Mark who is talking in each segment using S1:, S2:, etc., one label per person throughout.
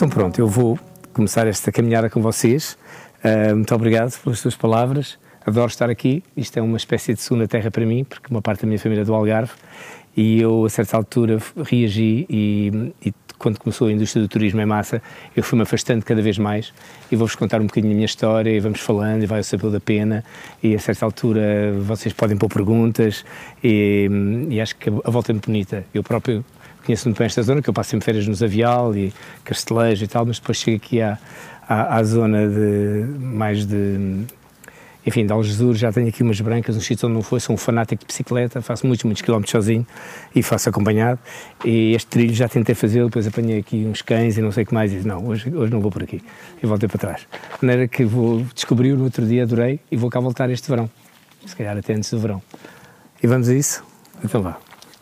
S1: Então pronto, eu vou começar esta caminhada com vocês. Muito obrigado pelas suas palavras. Adoro estar aqui. Isto é uma espécie de segunda terra para mim, porque uma parte da minha família é do Algarve e eu, a certa altura, reagi e quando começou a indústria do turismo em massa, eu fui-me afastando cada vez mais e vou-vos contar um bocadinho a minha história e vamos falando e vai ao sabor da pena e a certa altura vocês podem pôr perguntas e acho que a volta é muito bonita. Eu próprio conheço muito bem esta zona, que eu passo sempre férias nos Avial e Castelejo e tal, mas depois chego aqui à zona de Algesur, já tenho aqui umas brancas, uns sítios onde não foi, sou um fanático de bicicleta, faço muitos quilómetros sozinho e faço acompanhado, e este trilho já tentei fazê-lo, depois apanhei aqui uns cães e não sei o que mais, e disse, não, hoje não vou por aqui, e voltei para trás. De maneira que descobri-o no outro dia, adorei, e vou cá voltar este verão, se calhar até antes do verão. E vamos a isso? Então vá.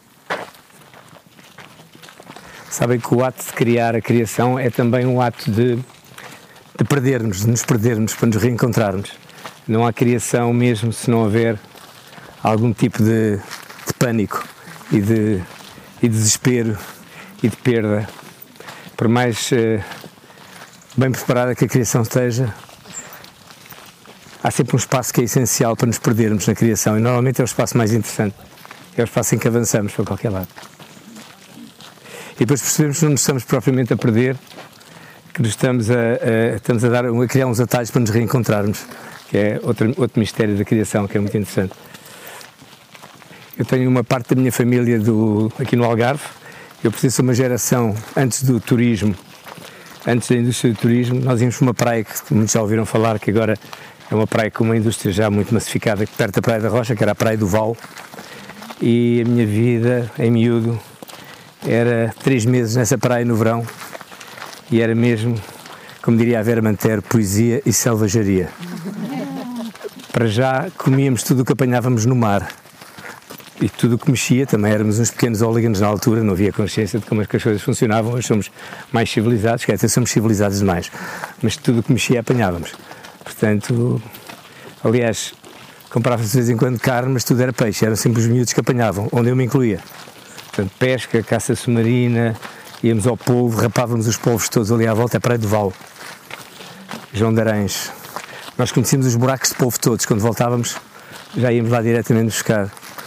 S1: Sabem que o ato de criar, a criação, é também um ato de perdermos, de nos perdermos, para nos reencontrarmos. Não há criação mesmo se não houver algum tipo de pânico e de desespero e de perda. Por mais bem preparada que a criação esteja, há sempre um espaço que é essencial para nos perdermos na criação e normalmente é o espaço mais interessante, é o espaço em que avançamos para qualquer lado. E depois percebemos que não nos estamos propriamente a perder, que nos estamos a criar uns atalhos para nos reencontrarmos, que é outro mistério da criação, que é muito interessante. Eu tenho uma parte da minha família aqui no Algarve, eu pertenço a uma geração antes do turismo, antes da indústria do turismo, nós íamos para uma praia que muitos já ouviram falar, que agora é uma praia com uma indústria já muito massificada, perto da Praia da Rocha, que era a Praia do Val, e a minha vida, em miúdo, era 3 meses nessa praia no verão, e era mesmo, como diria a Vera Mantero, poesia e selvageria. Para já comíamos tudo o que apanhávamos no mar e tudo o que mexia, também éramos uns pequenos hooligans na altura, não havia consciência de como as coisas funcionavam, hoje somos mais civilizados, que até somos civilizados demais, mas tudo o que mexia apanhávamos. Portanto, aliás, comprava-se de vez em quando carne, mas tudo era peixe, eram sempre os miúdos que apanhavam, onde eu me incluía. Portanto, pesca, caça submarina, íamos ao polvo, rapávamos os polvos todos ali à volta, a Praia do Val, João de Aranhos. Nós conhecíamos os buracos de polvo todos, quando voltávamos já íamos lá diretamente buscar.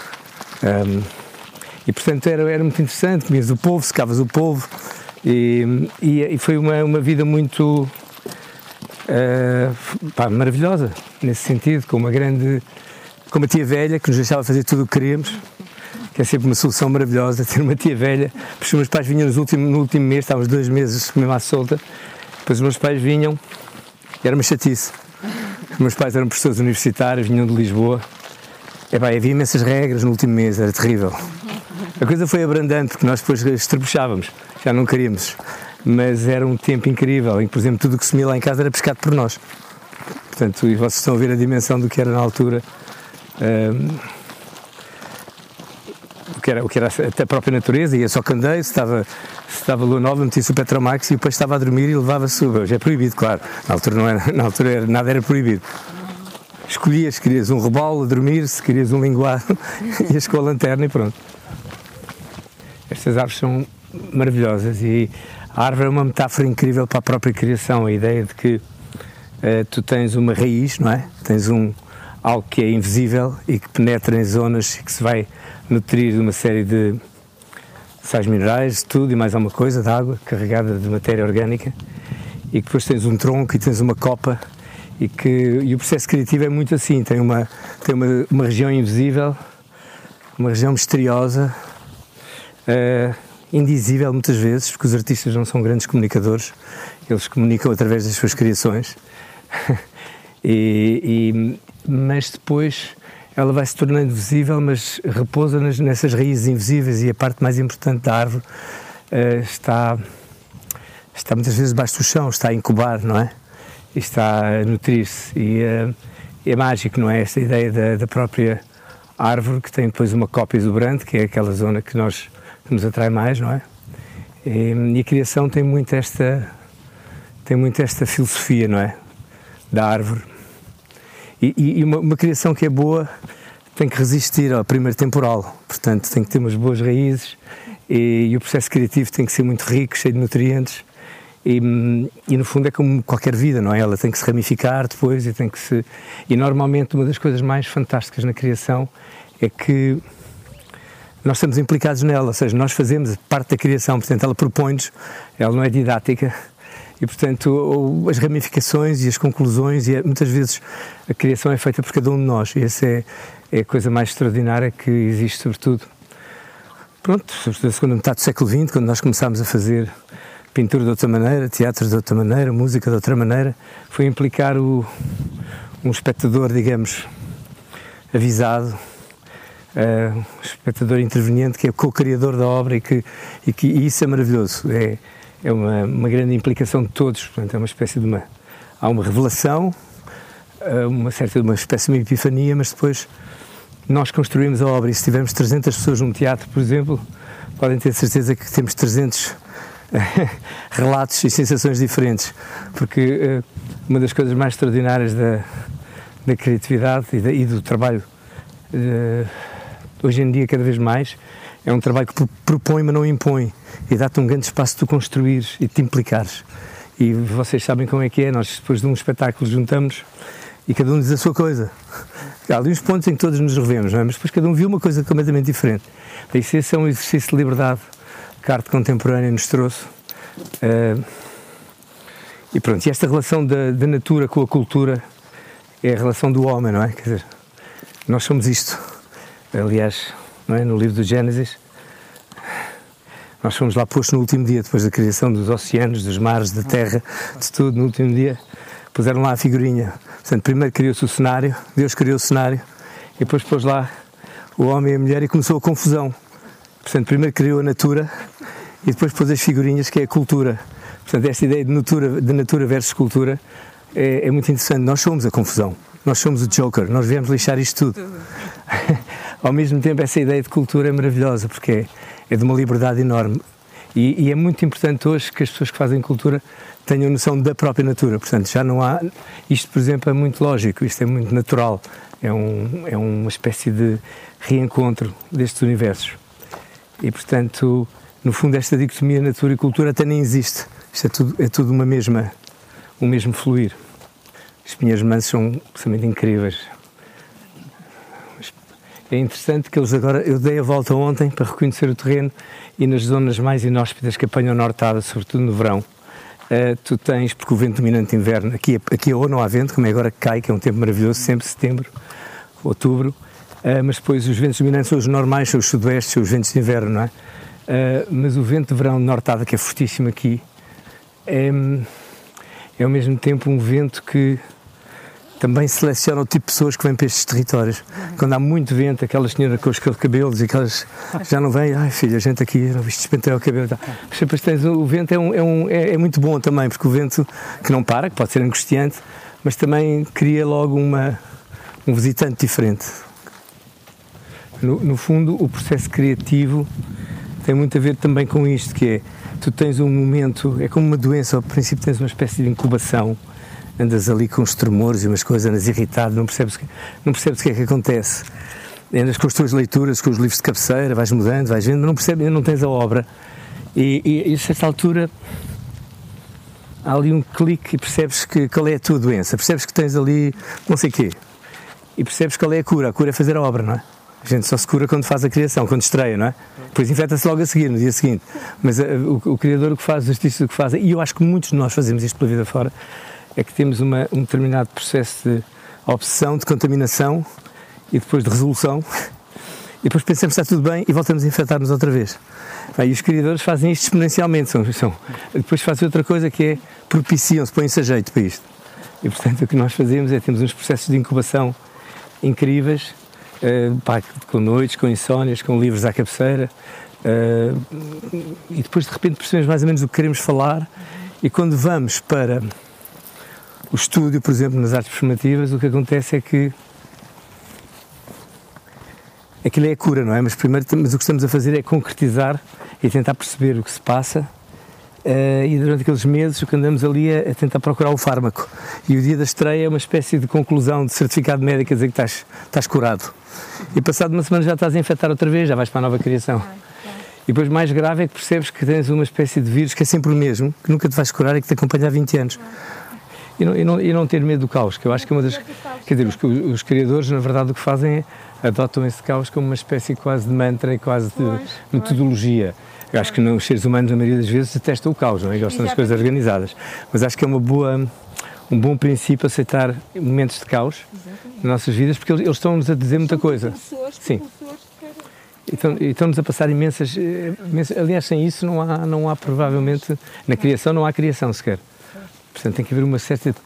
S1: E portanto era muito interessante, comias o polvo, secavas o polvo e foi uma vida muito maravilhosa, nesse sentido, com uma tia velha que nos deixava fazer tudo o que queríamos, que é sempre uma solução maravilhosa, ter uma tia velha. Os meus pais vinham no último mês, estávamos 2 meses mesmo à solta, depois os meus pais vinham, e era uma chatice. Os meus pais eram professores universitários, vinham de Lisboa, havia imensas regras no último mês, era terrível. A coisa foi abrandando, porque nós depois estrebuchávamos, já não queríamos, mas era um tempo incrível, em que, por exemplo, tudo o que se comia lá em casa era pescado por nós. Portanto, e vocês estão a ver a dimensão do que era na altura, o que era até a própria natureza, ia só candeeiro, se estava lua nova, metia-se o Petromax e depois estava a dormir e levava-se. Hoje é proibido, claro, na altura nada era proibido. Escolhias, querias um robalo a dormir, se querias um linguado, ias com a lanterna e pronto. Estas árvores são maravilhosas e a árvore é uma metáfora incrível para a própria criação, a ideia de que tu tens uma raiz, não é? Tens algo que é invisível e que penetra em zonas e que se vai nutrir de uma série de sais minerais, de tudo e mais alguma coisa, de água carregada de matéria orgânica, e que depois tens um tronco e tens uma copa e o processo criativo é muito assim, tem uma região invisível, uma região misteriosa, indizível muitas vezes, porque os artistas não são grandes comunicadores, eles comunicam através das suas criações, mas depois ela vai se tornando visível, mas repousa nessas raízes invisíveis, e a parte mais importante da árvore está muitas vezes debaixo do chão, está a incubar, não é? E está a nutrir-se, e é mágico, não é? Esta ideia da própria árvore, que tem depois uma cópia exuberante, que é aquela zona que nos atrai mais, não é? E a criação tem muito esta filosofia, não é? Da árvore. E uma criação que é boa tem que resistir ao primeiro temporal, portanto tem que ter umas boas raízes, e o processo criativo tem que ser muito rico, cheio de nutrientes, E no fundo é como qualquer vida, não é? Ela tem que se ramificar depois e normalmente uma das coisas mais fantásticas na criação é que nós estamos implicados nela, ou seja, nós fazemos parte da criação, portanto ela propõe-nos, ela não é didática e portanto as ramificações e as conclusões e muitas vezes a criação é feita por cada um de nós e essa é a coisa mais extraordinária que existe, sobretudo na segunda metade do século XX, quando nós começámos a fazer pintura de outra maneira, teatro de outra maneira, música de outra maneira, foi implicar um espectador, digamos, avisado, um espectador interveniente que é co-criador da obra e isso é maravilhoso, é uma grande implicação de todos, portanto é uma espécie de há uma revelação, uma espécie de uma epifania, mas depois nós construímos a obra e se tivermos 300 pessoas num teatro, por exemplo, podem ter certeza que temos 300 relatos e sensações diferentes, porque uma das coisas mais extraordinárias da criatividade e do trabalho hoje em dia cada vez mais é um trabalho que propõe mas não impõe e dá-te um grande espaço de tu construires e de te implicares e vocês sabem como é que é, nós depois de um espetáculo juntamos e cada um diz a sua coisa, há ali uns pontos em que todos nos revemos, não é? Mas depois cada um viu uma coisa completamente diferente, isso é um exercício de liberdade que a arte contemporânea nos trouxe. E pronto, e esta relação da natura com a cultura é a relação do homem, não é? Quer dizer, nós somos isto. Aliás, não é? No livro do Gênesis, nós fomos lá postos no último dia, depois da criação dos oceanos, dos mares, da terra, de tudo, no último dia, puseram lá a figurinha. Portanto, primeiro criou-se o cenário, Deus criou o cenário, e depois pôs lá o homem e a mulher e começou a confusão. Portanto, primeiro criou a natura e depois pôs as figurinhas, que é a cultura. Portanto, esta ideia de natura versus cultura é muito interessante. Nós somos a confusão, nós somos o Joker, nós viemos lixar isto tudo. Ao mesmo tempo, essa ideia de cultura é maravilhosa, porque é de uma liberdade enorme. E é muito importante hoje que as pessoas que fazem cultura tenham noção da própria natura. Portanto, já não há... Isto, por exemplo, é muito lógico, isto é muito natural. É uma espécie de reencontro destes universos. E, portanto, no fundo, esta dicotomia natura e cultura até nem existe. Isto é tudo um mesmo fluir. Os pinheiros mansos são absolutamente incríveis. É interessante que eles agora... Eu dei a volta ontem para reconhecer o terreno e nas zonas mais inóspitas que apanham nortada, sobretudo no verão, tu tens, porque o vento dominante de inverno, aqui ou não há vento, como é agora que cai, que é um tempo maravilhoso, sempre setembro, outubro, mas depois os ventos dominantes são os normais, são os sudoestes, são os ventos de inverno, não é? Mas o vento de verão de nortada, que é fortíssimo aqui, é ao mesmo tempo um vento que também seleciona o tipo de pessoas que vêm para estes territórios. Quando há muito vento, aquela senhora com os cabelos e aquelas já não vêm, ai filha, a gente aqui, não viste despentear o cabelo. Mas depois tens, o vento é muito bom também, porque o vento que não para, que pode ser angustiante, mas também cria logo um visitante diferente. No fundo, o processo criativo tem muito a ver também com isto, que é, tu tens um momento, é como uma doença, ao princípio tens uma espécie de incubação, andas ali com os tremores e umas coisas, andas irritado, não percebes o que é que acontece. Andas com as tuas leituras, com os livros de cabeceira, vais mudando, vais vendo, não percebes, não tens a obra. E a certa altura há ali um clique e percebes qual é a tua doença, percebes que tens ali não sei o quê. E percebes qual é a cura é fazer a obra, não é? A gente só se cura quando faz a criação, quando estreia, não é? Depois infecta-se logo a seguir, no dia seguinte. Mas o criador o que faz, os artistas o que fazem, e eu acho que muitos de nós fazemos isto pela vida fora, é que temos um determinado processo de obsessão, de contaminação e depois de resolução e depois pensamos que está tudo bem e voltamos a infectar-nos outra vez. E os criadores fazem isto exponencialmente, depois fazem outra coisa que é propiciam-se, põem-se a jeito para isto. E portanto o que nós fazemos é temos uns processos de incubação incríveis, com noites, com insónias, com livros à cabeceira, e depois de repente percebemos mais ou menos o que queremos falar e quando vamos para o estúdio, por exemplo, nas artes performativas, o que acontece é que aquilo é a cura, não é? Mas o que estamos a fazer é concretizar e tentar perceber o que se passa e durante aqueles meses o que andamos ali a tentar procurar o fármaco. E o dia da estreia é uma espécie de conclusão de certificado médico a dizer que estás curado. E passado uma semana já estás a infectar outra vez, já vais para a nova criação. E depois mais grave é que percebes que tens uma espécie de vírus que é sempre o mesmo, que nunca te vais curar e que te acompanha há 20 anos. E não ter medo do caos, que eu acho que é uma das... Quer dizer, os criadores, na verdade, o que fazem é adotam esse caos como uma espécie quase de mantra e quase de metodologia. Eu acho que os seres humanos, na maioria das vezes, detestam o caos, não é? Gostam das coisas organizadas. Mas acho que é um bom princípio aceitar momentos de caos nas nossas vidas, porque eles estão-nos a dizer muita coisa. Sim. E estão-nos a passar imensas... Aliás, sem isso não há provavelmente... Na criação não há criação sequer. Portanto, tem que haver uma certa...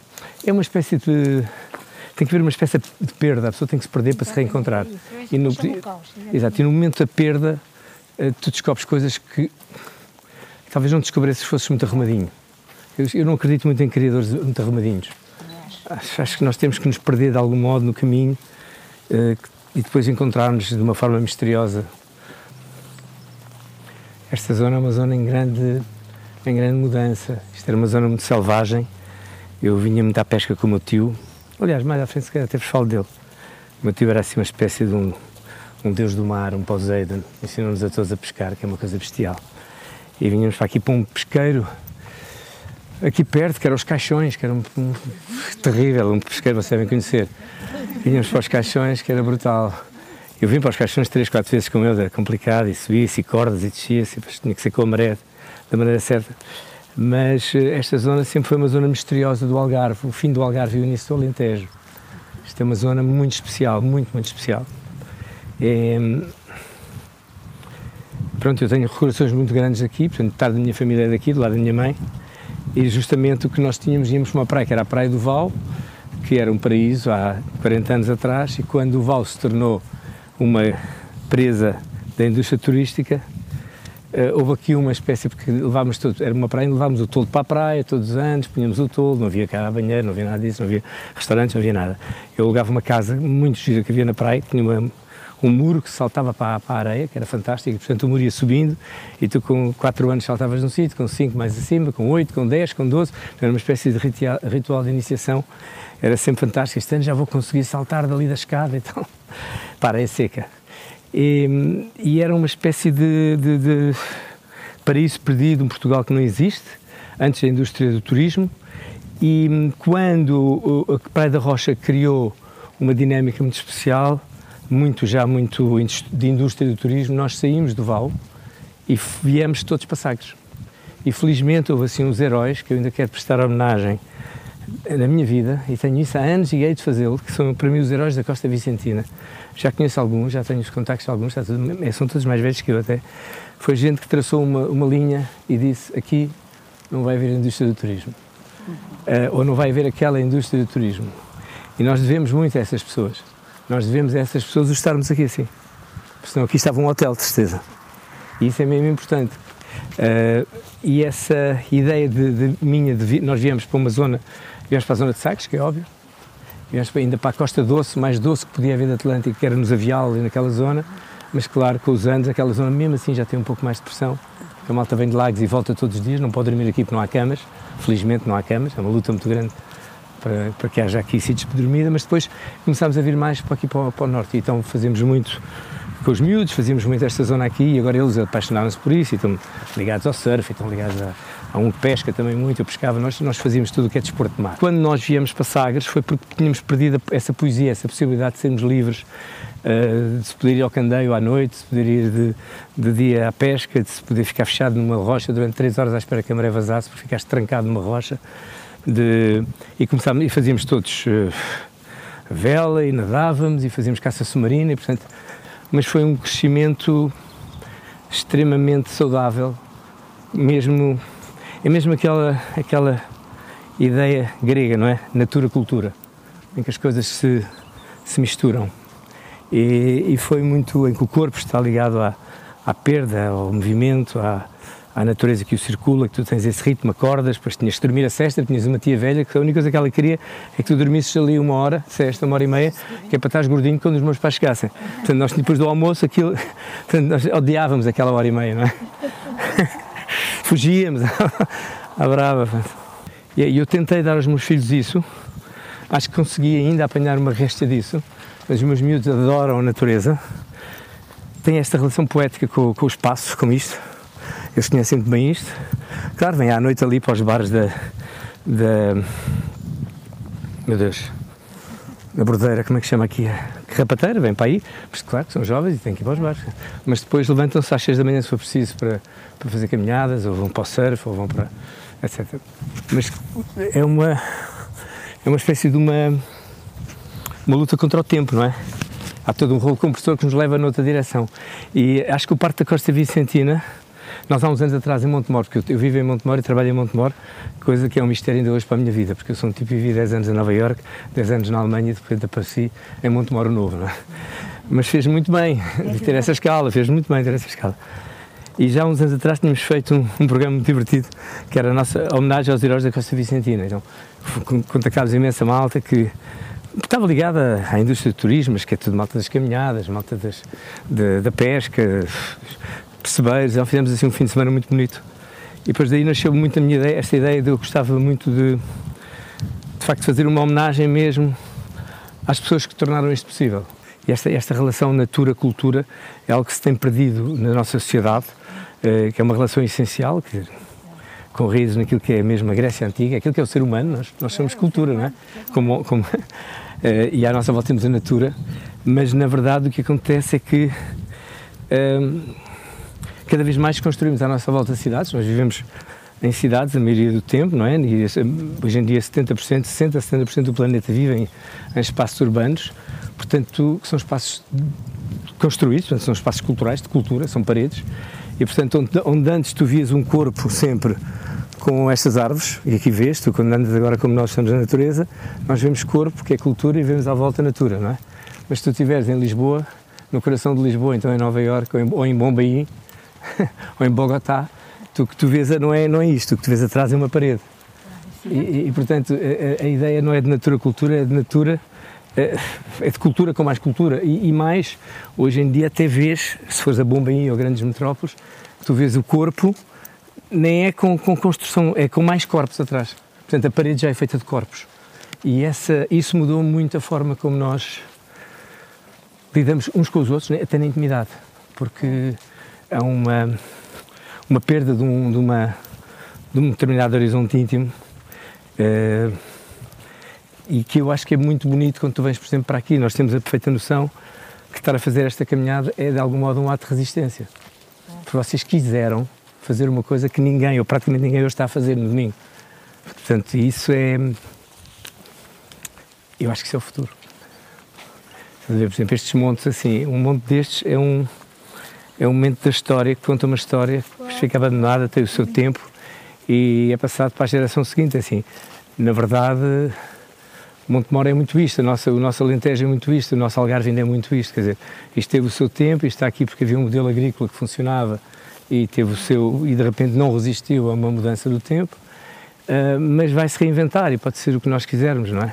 S1: Tem que haver uma espécie de perda. A pessoa tem que se perder para se reencontrar. Exato. E no momento da perda, tu descobres coisas que talvez não descobresses se fosses muito arrumadinho. Eu não acredito muito em criadores muito arrumadinhos. Acho que nós temos que nos perder de algum modo no caminho e depois encontrar-nos de uma forma misteriosa. Esta zona é uma zona em grande mudança. Isto era uma zona muito selvagem. Eu vinha muito à pesca com o meu tio. Aliás, mais à frente, se calhar, até vos falo dele. O meu tio era assim uma espécie de um deus do mar, um Poseidon. Ensinou-nos a todos a pescar, que é uma coisa bestial. E vinhamos para aqui para um pesqueiro, aqui perto, que eram os Caixões, que era terrível, um pesqueiro, vocês devem conhecer. Vinhamos para os Caixões, que era brutal. Eu vim para os Caixões 3, 4 vezes com eles, era complicado, e subia-se, e cordas, e descia-se, depois tinha que ser com a maré, da maneira certa. Mas esta zona sempre foi uma zona misteriosa do Algarve, o fim do Algarve e o início do Alentejo. Isto é uma zona muito especial, muito, muito especial. Pronto, eu tenho recordações muito grandes aqui, portanto, metade da minha família é daqui, do lado da minha mãe, e justamente o que nós íamos para uma praia, que era a Praia do Val, que era um paraíso há 40 anos atrás, e quando o Val se tornou uma presa da indústria turística, houve aqui uma espécie, porque levávamos todos, era uma praia, levávamos o toldo para a praia todos os anos, punhamos o toldo, não havia cá banheiro, não havia nada disso, não havia restaurantes, não havia nada. Eu alugava uma casa muito gira que havia na praia, que tinha um muro que saltava para a areia, que era fantástico, e portanto o muro ia subindo, e tu com 4 anos saltavas num sítio, com 5 mais acima, com 8, com 10, com 12, era uma espécie de ritual de iniciação, era sempre fantástico. Este ano já vou conseguir saltar dali da escada e tal, para a areia seca. E era uma espécie de paraíso perdido, um Portugal que não existe, antes da indústria do turismo, e quando a Praia da Rocha criou uma dinâmica muito especial, muito de indústria do turismo, nós saímos do Val e viemos todos para Sagres. E felizmente houve assim uns heróis que eu ainda quero prestar homenagem na minha vida, e tenho isso há anos e hei de fazê-lo, que são para mim os heróis da Costa Vicentina. Já conheço alguns, já tenho os contactos de alguns, são todos mais velhos que eu até. Foi gente que traçou uma linha e disse: aqui não vai haver indústria do turismo, ou não vai haver aquela indústria do turismo. E nós devemos muito a essas pessoas. Nós devemos a essas pessoas estarmos aqui assim. Porque senão aqui estava um hotel, de certeza. E isso é mesmo importante. E essa ideia nós viemos para uma zona, viemos para a zona de Sagres, que é óbvio, viemos ainda para a Costa Doce, mais doce que podia haver de Atlântico, que era nos Avial e naquela zona, mas claro, com os anos, aquela zona mesmo assim já tem um pouco mais de pressão, porque a malta vem de Lagos e volta todos os dias, não pode dormir aqui porque não há camas, felizmente não há camas, é uma luta muito grande para que haja aqui sítios de dormida, mas depois começámos a vir mais para aqui para o norte, e então fazemos muito com os miúdos, fazíamos muito esta zona aqui, e agora eles apaixonaram-se por isso, e estão ligados ao surf, e estão ligados a um que pesca também muito, eu pescava, nós fazíamos tudo o que é desporto de mar. Quando nós viemos para Sagres foi porque tínhamos perdido essa poesia, essa possibilidade de sermos livres, de se poder ir ao candeio à noite, de se poder ir de dia à pesca, de se poder ficar fechado numa rocha durante 3 horas à espera que a maré vazasse, porque ficaste trancado numa rocha, e fazíamos todos vela, e nadávamos, e fazíamos caça submarina, e portanto, mas foi um crescimento extremamente saudável, é mesmo aquela ideia grega, não é? Natura-cultura, em que as coisas se misturam. E foi muito em que o corpo está ligado à perda, ao movimento, à natureza que o circula, que tu tens esse ritmo, acordas, depois tinhas que dormir a sesta, tinhas uma tia velha que a única coisa que ela queria é que tu dormisses ali 1 hora, sesta, 1h30, que é para estar gordinho quando os meus pais chegassem. Portanto, nós depois do almoço, nós odiávamos aquela 1h30, não é? Fugíamos à brava. E eu tentei dar aos meus filhos isso, acho que consegui ainda apanhar uma réstia disso, mas os meus miúdos adoram a natureza, têm esta relação poética com o espaço, como isto. Eles conhecem muito bem isto. Claro, vêm à noite ali para os bares da meu Deus, da Bordeira, como é que chama aqui? Rapateira, vêm para aí, mas claro que são jovens e têm que ir para os bares. Mas depois levantam-se às 6 da manhã se for preciso para fazer caminhadas, ou vão para o surf, ou vão para... etc. Mas é uma espécie de uma luta contra o tempo, não é? Há todo um rolo compressor que nos leva noutra direção. E acho que o Parque da Costa Vicentina, nós há uns anos atrás em Montemor, porque eu vivo em Montemor e trabalho em Montemor, coisa que é um mistério ainda hoje para a minha vida, porque eu sou um tipo que vivi 10 anos em Nova Iorque, 10 anos na Alemanha e depois apareci em Montemor o Novo, não é? Mas fez muito bem ter essa escala, fez muito bem ter essa escala. E já há uns anos atrás tínhamos feito um programa muito divertido, que era a nossa homenagem aos heróis da Costa Vicentina. Então, contactámos imensa malta que estava ligada à indústria do turismo, mas que é tudo malta das caminhadas, malta da pesca, percebeiros. Então fizemos assim um fim de semana muito bonito. E depois daí nasceu muito a minha ideia, esta ideia de eu gostava muito de facto fazer uma homenagem mesmo às pessoas que tornaram isto possível. E esta relação natura-cultura é algo que se tem perdido na nossa sociedade, que é uma relação essencial, com raízes naquilo que é mesmo a Grécia Antiga, aquilo que é o ser humano. Nós somos cultura, não é? E à nossa volta temos a natura, mas na verdade o que acontece é que cada vez mais construímos à nossa volta cidades. Nós vivemos em cidades a maioria do tempo, não é? E hoje em dia 60-70% do planeta vive em espaços urbanos, portanto são espaços construídos, portanto, são espaços culturais, de cultura, são paredes, e portanto onde antes tu vias um corpo sempre com estas árvores, e aqui vês, tu quando andas agora como nós estamos na natureza, nós vemos corpo, que é cultura, e vemos à volta a natura, não é? Mas se tu estiveres em Lisboa, no coração de Lisboa, então em Nova Iorque, ou em Bombaim, ou em Bogotá, o que tu vês não é isto, o que tu vês atrás é uma parede. E portanto, a ideia não é de natura-cultura, é de natura, é de cultura com mais cultura. E mais, hoje em dia até vês, se fores a Bombaim ou grandes metrópoles, tu vês o corpo, nem é com construção, é com mais corpos atrás. Portanto, a parede já é feita de corpos. E isso mudou muito a forma como nós lidamos uns com os outros, até na intimidade, porque há uma perda de um determinado horizonte íntimo, e que eu acho que é muito bonito quando tu vens, por exemplo, para aqui. Nós temos a perfeita noção que estar a fazer esta caminhada é de algum modo um ato de resistência, porque vocês quiseram fazer uma coisa que ninguém, ou praticamente ninguém, hoje está a fazer no domingo. Portanto, isso eu acho que isso é o futuro. Por exemplo, estes montes assim, um monte destes é um momento da história, que conta uma história que fica abandonada, tem o seu tempo e é passado para a geração seguinte. Assim, na verdade, Montemor é muito isto, o nosso Alentejo é muito isto, o nosso Algarve ainda é muito isto. Quer dizer, isto teve o seu tempo, isto está aqui porque havia um modelo agrícola que funcionava e de repente não resistiu a uma mudança do tempo, mas vai se reinventar e pode ser o que nós quisermos, não é?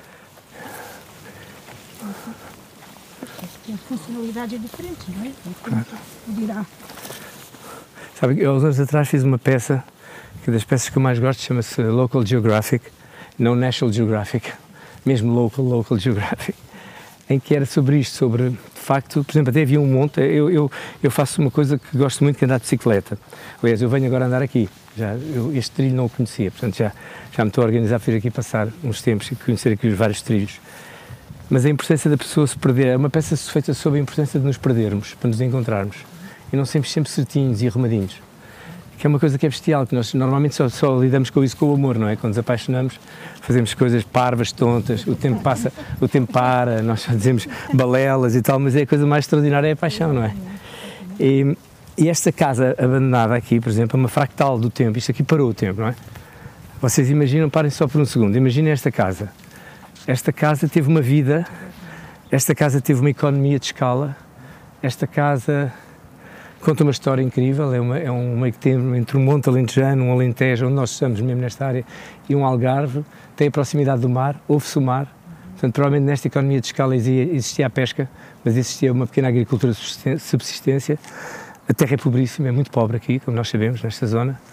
S2: A funcionalidade é diferente, não é?
S1: Claro.
S2: Virar.
S1: Sabe, eu há uns anos atrás fiz uma peça, que das peças que eu mais gosto chama-se Local Geographic, não National Geographic, mesmo Local Geographic, em que era sobre isto, sobre, de facto, por exemplo, até havia um monte, eu faço uma coisa que gosto muito, que é andar de bicicleta. Aliás, eu venho agora andar aqui, este trilho não o conhecia, portanto já me estou a organizar para vir aqui passar uns tempos e conhecer aqui os vários trilhos. Mas a importância da pessoa se perder, é uma peça feita sobre a importância de nos perdermos, para nos encontrarmos, e não sempre certinhos e arrumadinhos, que é uma coisa que é bestial, que nós normalmente só lidamos com isso com o amor, não é? Quando nos apaixonamos, fazemos coisas parvas, tontas, o tempo passa, o tempo para, nós só dizemos balelas e tal, mas a coisa mais extraordinária é a paixão, não é? E esta casa abandonada aqui, por exemplo, é uma fractal do tempo, isto aqui parou o tempo, não é? Vocês imaginam, parem só por um segundo, imaginem esta casa. Esta casa teve uma vida, esta casa teve uma economia de escala, esta casa conta uma história incrível, é um meio termo entre um monte alentejano, um Alentejo, onde nós estamos mesmo nesta área, e um Algarve, tem a proximidade do mar, ouve-se o mar, portanto provavelmente nesta economia de escala existia a pesca, mas existia uma pequena agricultura de subsistência, a terra é pobríssima, é muito pobre aqui, como nós sabemos, nesta zona,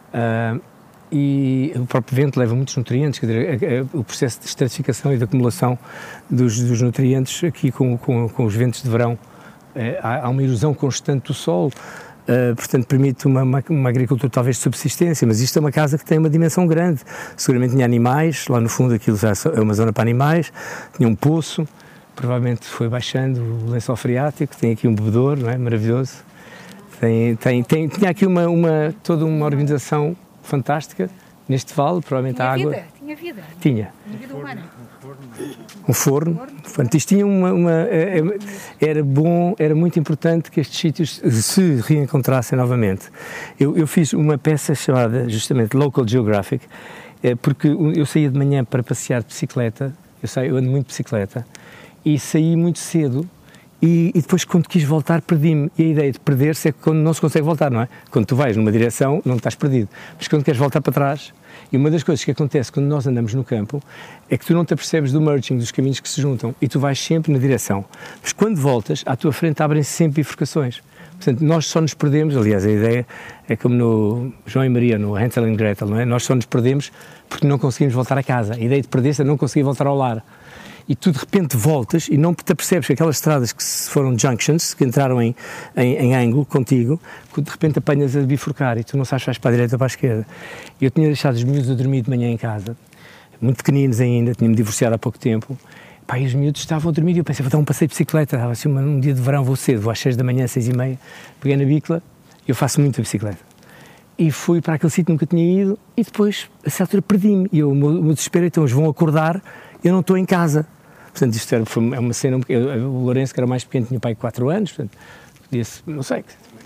S1: e o próprio vento leva muitos nutrientes, quer dizer, o processo de estratificação e de acumulação dos nutrientes aqui com os ventos de verão há uma erosão constante do solo, portanto permite uma agricultura talvez de subsistência, mas isto é uma casa que tem uma dimensão grande, seguramente tinha animais, lá no fundo aquilo já é uma zona para animais, tinha um poço, provavelmente foi baixando o lençol freático, tem aqui um bebedouro, não é? Maravilhoso, tinha aqui toda uma organização fantástica neste vale, provavelmente
S2: tinha
S1: a água...
S2: Tinha vida?
S1: Tinha.
S2: Tinha vida humana?
S1: Um forno. Portanto, isto tinha era bom, era muito importante que estes sítios se reencontrassem novamente. Eu fiz uma peça chamada, justamente, Local Geographic, porque eu saía de manhã para passear de bicicleta, eu ando muito de bicicleta, e saí muito cedo, e depois quando quis voltar perdi-me, e a ideia de perder-se é quando não se consegue voltar, não é? Quando tu vais numa direção não estás perdido, mas quando queres voltar para trás, e uma das coisas que acontece quando nós andamos no campo é que tu não te apercebes do merging, dos caminhos que se juntam, e tu vais sempre na direção, mas quando voltas, à tua frente abrem-se sempre bifurcações. Portanto, nós só nos perdemos, aliás, a ideia é como no João e Maria, no Hansel e Gretel, não é? Nós só nos perdemos porque não conseguimos voltar a casa. A ideia de perder-se é não conseguir voltar ao lar. E tu de repente voltas e não te apercebes que aquelas estradas que foram junctions, que entraram em ângulo contigo, que de repente apanhas a bifurcar e tu não sabes se vais para a direita ou para a esquerda. E eu tinha deixado os miúdos a dormir de manhã em casa, muito pequeninos ainda, tinha-me divorciado há pouco tempo. Pá, e os miúdos estavam a dormir e eu pensei, vou dar um passeio de bicicleta, estava assim um dia de verão, vou cedo, vou às 6 da manhã, 6h30, peguei na bicla, eu faço muito a bicicleta. E fui para aquele sítio que nunca tinha ido e depois, a certa altura, perdi-me. E o meu desespero, então eles vão acordar, eu não estou em casa. Portanto, isto é uma cena, o Lourenço, que era mais pequeno, tinha o pai de 4 anos, portanto, podia-se, não sei,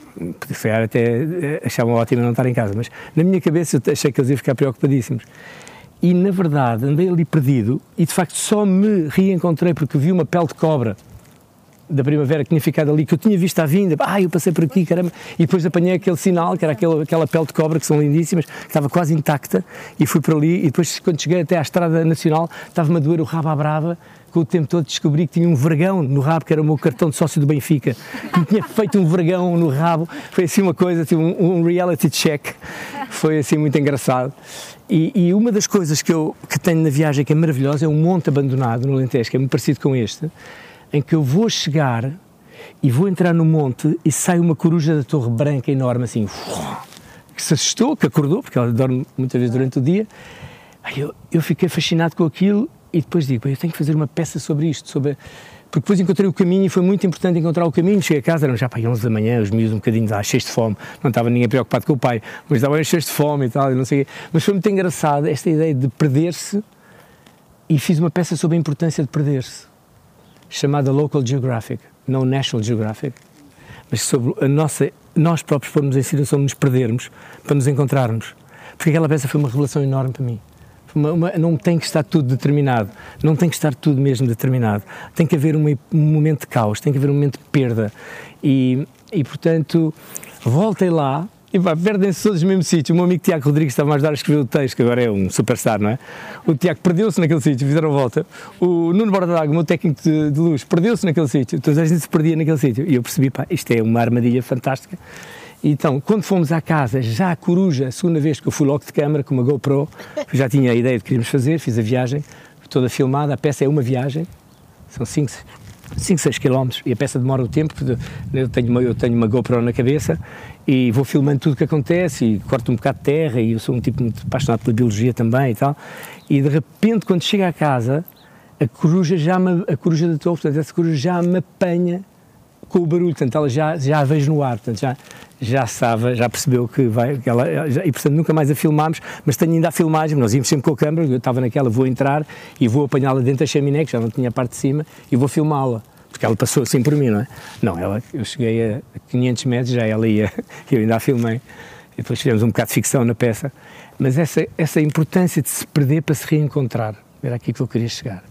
S1: até achavam ótimo não estar em casa, mas na minha cabeça eu achei que eles iam ficar preocupadíssimos. E, na verdade, andei ali perdido e, de facto, só me reencontrei porque vi uma pele de cobra da primavera que tinha ficado ali, que eu tinha visto à vinda, eu passei por aqui, caramba, e depois apanhei aquele sinal, que era aquela pele de cobra, que são lindíssimas, que estava quase intacta, e fui para ali, e depois, quando cheguei até à Estrada Nacional, estava-me a doer o rabo à brava, com o tempo todo descobri que tinha um vergão no rabo, que era o meu cartão de sócio do Benfica, que me tinha feito um vergão no rabo, foi assim uma coisa, assim, um reality check, foi assim muito engraçado. E uma das coisas que tenho na viagem que é maravilhosa é um monte abandonado no Alentejo, que é muito parecido com este, em que eu vou chegar e vou entrar no monte e sai uma coruja da Torre Branca enorme, assim, que se assustou, que acordou, porque ela dorme muitas vezes durante o dia. Eu fiquei fascinado com aquilo e depois digo, eu tenho que fazer uma peça sobre isto, porque depois encontrei o caminho e foi muito importante encontrar o caminho. Cheguei a casa, eram já para 11 da manhã, os miúdos um bocadinho cheios de fome, não estava ninguém preocupado com o pai, mas estavam cheios de fome e tal, e não sei o quê. Mas foi muito engraçado esta ideia de perder-se e fiz uma peça sobre a importância de perder-se, chamada Local Geographic, não National Geographic, mas sobre nós próprios formos em situação de nos perdermos para nos encontrarmos. Porque aquela peça foi uma revelação enorme para mim. Não tem que estar tudo determinado, não tem que estar tudo mesmo determinado. Tem que haver um momento de caos, tem que haver um momento de perda. E portanto, voltem lá e perdem-se todos no mesmo sítio. O meu amigo Tiago Rodrigues estava a ajudar a escrever o texto, que agora é um superstar, não é? O Tiago perdeu-se naquele sítio, fizeram a volta. O Nuno Bordalhaga, o meu técnico de luz, perdeu-se naquele sítio. Toda a gente se perdia naquele sítio. E eu percebi, isto é uma armadilha fantástica. Então, quando fomos à casa, já a coruja, a segunda vez que eu fui logo de câmara com uma GoPro, já tinha a ideia de que queríamos fazer, fiz a viagem, toda filmada, a peça é uma viagem, são 5, 6 km, e a peça demora o tempo, eu tenho uma GoPro na cabeça e vou filmando tudo o que acontece e corto um bocado de terra e eu sou um tipo muito apaixonado pela biologia também e tal, e de repente quando chego à casa, a coruja da torre, portanto essa coruja já me apanha com o barulho, portanto ela já a vejo no ar, portanto já sabe, já percebeu que vai, e portanto nunca mais a filmámos, mas tenho ainda a filmagem, nós íamos sempre com a câmera, eu estava naquela, vou entrar e vou apanhá-la dentro da chaminé, que já não tinha a parte de cima, e vou filmá-la, porque ela passou assim por mim, não é? Não, eu cheguei a 500 metros, já ela ia, eu ainda a filmei, e depois fizemos um bocado de ficção na peça, mas essa importância de se perder para se reencontrar, era aqui que eu queria chegar.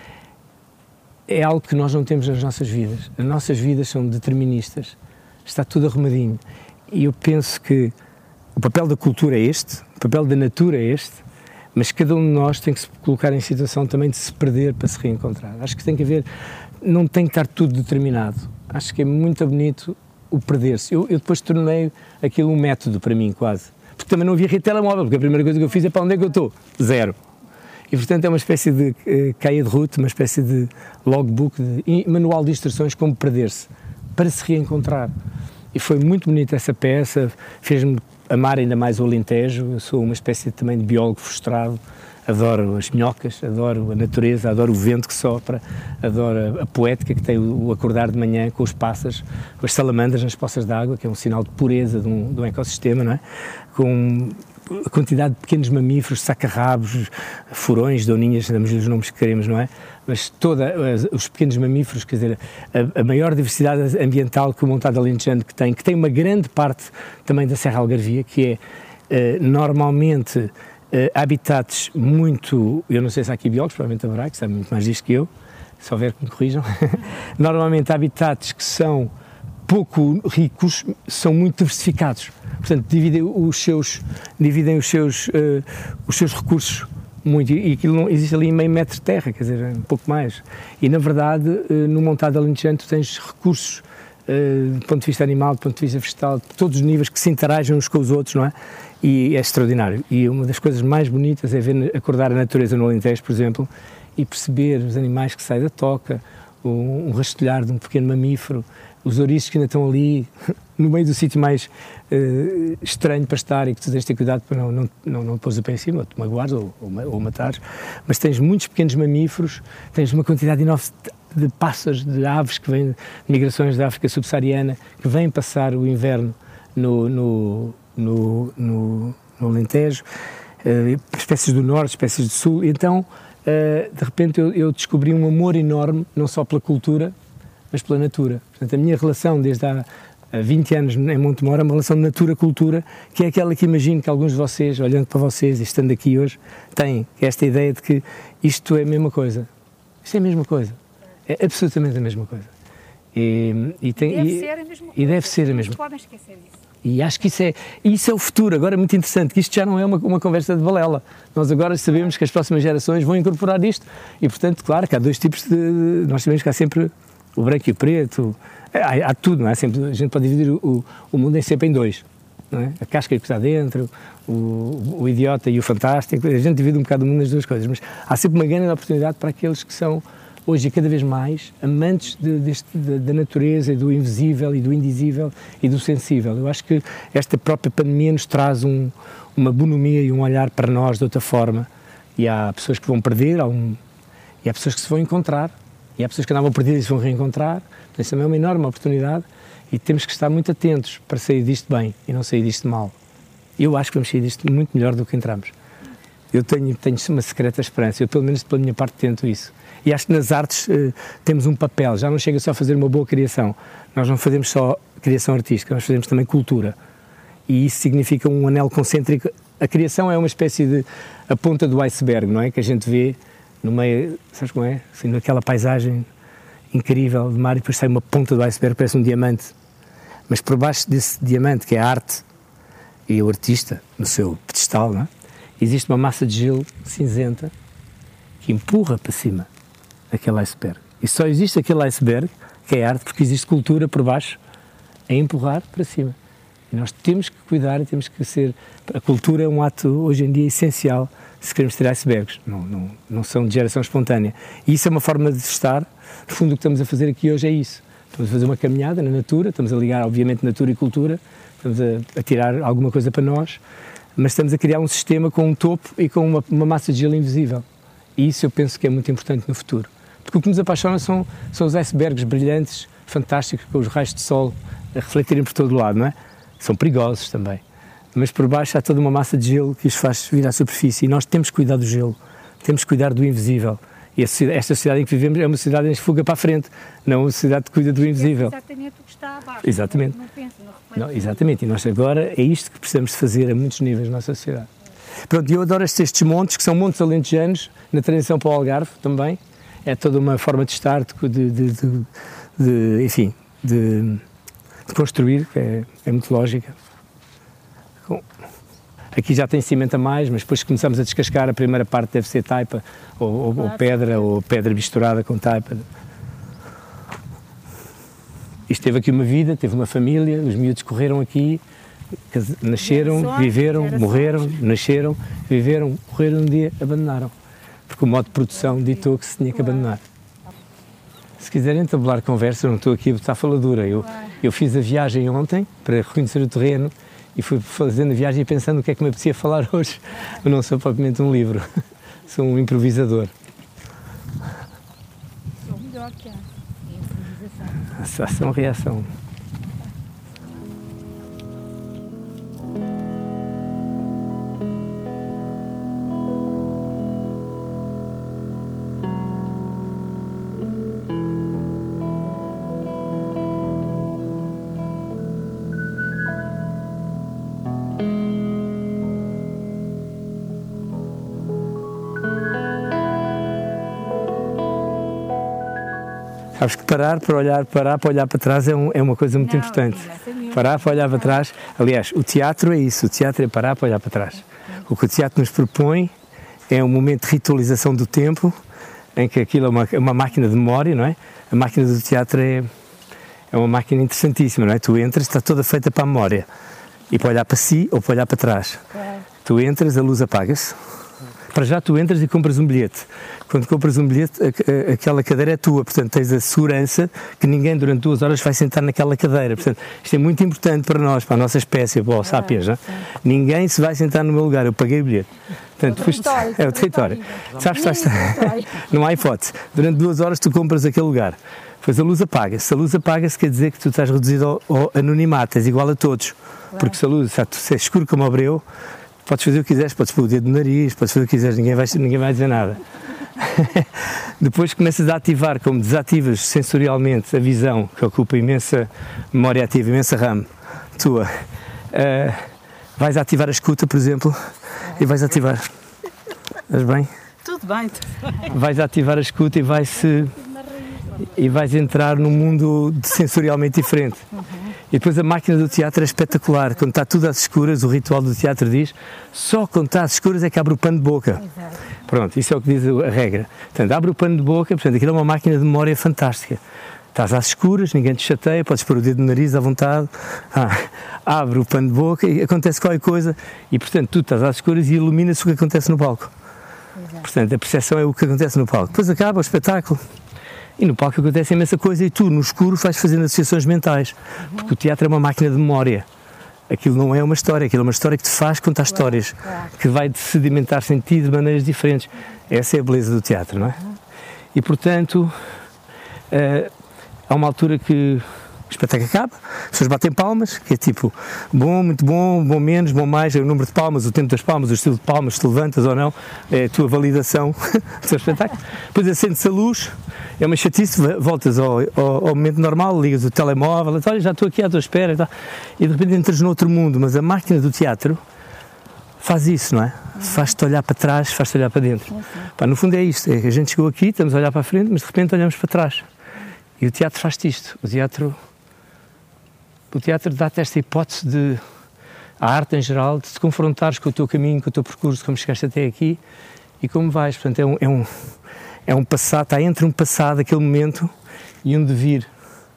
S1: É algo que nós não temos nas nossas vidas. As nossas vidas são deterministas. Está tudo arrumadinho. E eu penso que o papel da cultura é este, o papel da natura é este, mas cada um de nós tem que se colocar em situação também de se perder para se reencontrar. Acho que tem que haver, não tem que estar tudo determinado. Acho que é muito bonito o perder-se. Eu depois tornei aquilo um método para mim, quase. Porque também não havia rede de telemóvel, porque a primeira coisa que eu fiz é para onde é que eu estou? 0. E, portanto, é uma espécie de caia de route, uma espécie de logbook, de manual de instruções como perder-se. para se reencontrar. E foi muito bonita essa peça, fez-me amar ainda mais o Alentejo. Eu sou uma espécie também de biólogo frustrado, adoro as minhocas, adoro a natureza, adoro o vento que sopra, adoro a poética que tem o acordar de manhã com os pássaros, com as salamandras nas poças de água, que é um sinal de pureza de um ecossistema, não é? Com a quantidade de pequenos mamíferos, sacarrabos, furões, doninhas, damos os nomes que queremos, não é? Mas os pequenos mamíferos, quer dizer, a maior diversidade ambiental que o Montado Alentejano que tem uma grande parte também da Serra Algarvia, que é normalmente habitats muito, eu não sei se há aqui biólogos, provavelmente haverá, que sabem muito mais disto que eu, se houver que me corrijam, normalmente habitats que são pouco ricos, são muito diversificados, portanto dividem os seus recursos muito, e aquilo não existe ali meio metro de terra, quer dizer, um pouco mais, e na verdade no Montado Alentejano tu tens recursos do ponto de vista animal, do ponto de vista vegetal, de todos os níveis que se interagem uns com os outros, não é? E é extraordinário. E uma das coisas mais bonitas é ver acordar a natureza no Alentejo, por exemplo, e perceber os animais que saem da toca, um rastelhar de um pequeno mamífero, os ouriços que ainda estão ali, no meio do sítio mais estranho para estar e que tu tens de ter cuidado para não pôs o pé em cima, ou te magoares ou matares, mas tens muitos pequenos mamíferos, tens uma quantidade enorme de pássaros, de aves que vêm de migrações da África subsaariana, que vêm passar o inverno no Alentejo, espécies do norte, espécies do sul, e então de repente eu descobri um amor enorme, não só pela cultura, mas pela natura. Portanto, a minha relação desde há 20 anos em Montemor é uma relação de natura-cultura, que é aquela que imagino que alguns de vocês, olhando para vocês e estando aqui hoje, têm esta ideia de que isto é a mesma coisa. Isto é a mesma coisa. É absolutamente a mesma coisa.
S2: Deve ser a mesma coisa.
S1: E deve ser a mesma.
S2: Não podem esquecer disso.
S1: E acho que isso é o futuro. Agora é muito interessante, que isto já não é uma conversa de balela. Nós agora sabemos que as próximas gerações vão incorporar isto. E, portanto, claro que há dois tipos de... Nós sabemos que há sempre o branco e o preto. Há tudo, não é? Sempre, a gente pode dividir o mundo sempre em dois. Não é? A casca que está dentro, o idiota e o fantástico. A gente divide um bocado o mundo nas duas coisas. Mas há sempre uma grande oportunidade para aqueles que são... hoje, cada vez mais, amantes da natureza e do invisível e do indizível e do sensível. Eu acho que esta própria pandemia nos traz uma bonomia e um olhar para nós de outra forma. E há pessoas que vão perder, e há pessoas que se vão encontrar, e há pessoas que andavam perdidas e se vão reencontrar. Isso também é uma enorme oportunidade e temos que estar muito atentos para sair disto bem e não sair disto mal. Eu acho que vamos sair disto muito melhor do que entramos. Eu tenho uma secreta esperança, eu pelo menos pela minha parte tento isso. E acho que nas artes temos um papel, já não chega só a fazer uma boa criação, nós não fazemos só criação artística, nós fazemos também cultura. E isso significa um anel concêntrico. A criação é uma espécie de a ponta do iceberg, não é? Que a gente vê no meio, sabes como é? Assim, naquela paisagem incrível de mar e depois sai uma ponta do iceberg, parece um diamante. Mas por baixo desse diamante, que é a arte e o artista, no seu pedestal, não é? Existe uma massa de gelo cinzenta que empurra para cima aquele iceberg. E só existe aquele iceberg, que é arte, porque existe cultura por baixo a empurrar para cima. E nós temos que cuidar e temos que ser... A cultura é um ato, hoje em dia, essencial se queremos ter icebergs. Não são de geração espontânea. E isso é uma forma de estar. No fundo, o que estamos a fazer aqui hoje é isso. Estamos a fazer uma caminhada na natura, estamos a ligar, obviamente, natura e cultura, estamos a tirar alguma coisa para nós, mas estamos a criar um sistema com um topo e com uma massa de gelo invisível. E isso eu penso que é muito importante no futuro. Porque o que nos apaixona são os icebergs brilhantes, fantásticos, com os raios de sol a refletirem por todo o lado, não é? São perigosos também. Mas por baixo há toda uma massa de gelo que os faz vir à superfície e nós temos que cuidar do gelo, temos que cuidar do invisível. E esta sociedade em que vivemos é uma sociedade em fuga para a frente, não uma sociedade que cuida do invisível.
S2: É exatamente o que está abaixo.
S1: Exatamente.
S2: Não pensa, não reflete.
S1: Não, exatamente, e nós agora é isto que precisamos de fazer a muitos níveis na nossa sociedade. Pronto, eu adoro estes montes, que são montes alentejanos, na transição para o Algarve também. É toda uma forma de estar, de construir, que é muito lógica. Aqui já tem cimento a mais, mas depois começamos a descascar, a primeira parte deve ser taipa, ou pedra misturada com taipa. Isto teve aqui uma vida, teve uma família, os miúdos correram aqui, nasceram, viveram, morreram, nasceram, viveram, morreram um dia, abandonaram. Porque o modo de produção ditou que se tinha que abandonar. Se quiserem entabular conversa, eu não estou aqui a botar faladura. Eu fiz a viagem ontem para reconhecer o terreno e fui fazendo a viagem pensando o que é que me apetecia falar hoje. Eu não sou propriamente um livro, sou um improvisador.
S2: Sou o melhor que há. Improvisação.
S1: Ação-reação. Sabes que parar para olhar para trás é uma coisa muito importante. Parar para olhar para trás. Aliás, o teatro é isso, o teatro é parar para olhar para trás. O que o teatro nos propõe é um momento de ritualização do tempo, em que aquilo é uma máquina de memória, não é? A máquina do teatro é uma máquina interessantíssima, não é? Tu entras, está toda feita para a memória. E para olhar para si ou para olhar para trás. Tu entras, a luz apaga-se. Para já tu entras e compras um bilhete. Quando compras um bilhete, aquela cadeira é tua, portanto tens a segurança que ninguém durante 2 horas vai sentar naquela cadeira. Portanto, isto é muito importante para nós, para a nossa espécie, para o Sapiens. Não? Ninguém se vai sentar no meu lugar, eu paguei o bilhete. Portanto, é o território. Sabes, não há hipótese. Durante 2 horas tu compras aquele lugar. Depois a luz apaga-se. Se a luz apaga-se, quer dizer que tu estás reduzido ao anonimato, és igual a todos. Porque se a luz, se é escuro como o breu, podes fazer o que quiseres, podes pôr o dedo no nariz, podes fazer o que quiseres, ninguém vai dizer nada. Depois começas a ativar, como desativas sensorialmente a visão, que ocupa imensa memória ativa, imensa RAM tua. Vais ativar a escuta, por exemplo, e vais ativar. Estás bem?
S2: Tudo bem.
S1: Vais ativar a escuta e vais entrar num mundo sensorialmente diferente. E depois a máquina do teatro é espetacular. Quando está tudo às escuras, o ritual do teatro diz, só quando está às escuras é que abre o pano de boca.
S2: Exato.
S1: Pronto, isso é o que diz a regra. Portanto, abre o pano de boca, portanto, aquilo é uma máquina de memória fantástica. Estás às escuras, ninguém te chateia, podes pôr o dedo no nariz à vontade, abre o pano de boca e acontece qualquer coisa e, portanto, tu estás às escuras e ilumina-se o que acontece no palco.
S2: Exato.
S1: Portanto, a percepção é o que acontece no palco. Depois acaba o espetáculo. E no palco acontece imensa coisa e tu, no escuro, vais fazendo associações mentais, porque o teatro é uma máquina de memória. Aquilo não é uma história, aquilo é uma história que te faz contar histórias, que vai sedimentar-se em ti de maneiras diferentes. Essa é a beleza do teatro, não é? E, portanto, há uma altura que o espetáculo acaba, as pessoas batem palmas, que é tipo, bom, muito bom, bom menos, bom mais, é o número de palmas, o tempo das palmas, o estilo de palmas, se te levantas ou não, é a tua validação do teu espetáculo. Depois acende-se a luz, é uma chatice, voltas ao momento normal, ligas o telemóvel, olha, já estou aqui à tua espera e tal, e de repente entras noutro mundo, mas a máquina do teatro faz isso, não é? Faz-te olhar para trás, faz-te olhar para dentro. Pá, no fundo é isto, é que a gente chegou aqui, estamos a olhar para a frente, mas de repente olhamos para trás. E o teatro faz-te isto, o teatro dá-te esta hipótese de, a arte em geral, de te confrontares com o teu caminho, com o teu percurso, como chegaste até aqui e como vais. Portanto, é um passado, está entre um passado, aquele momento, e um devir.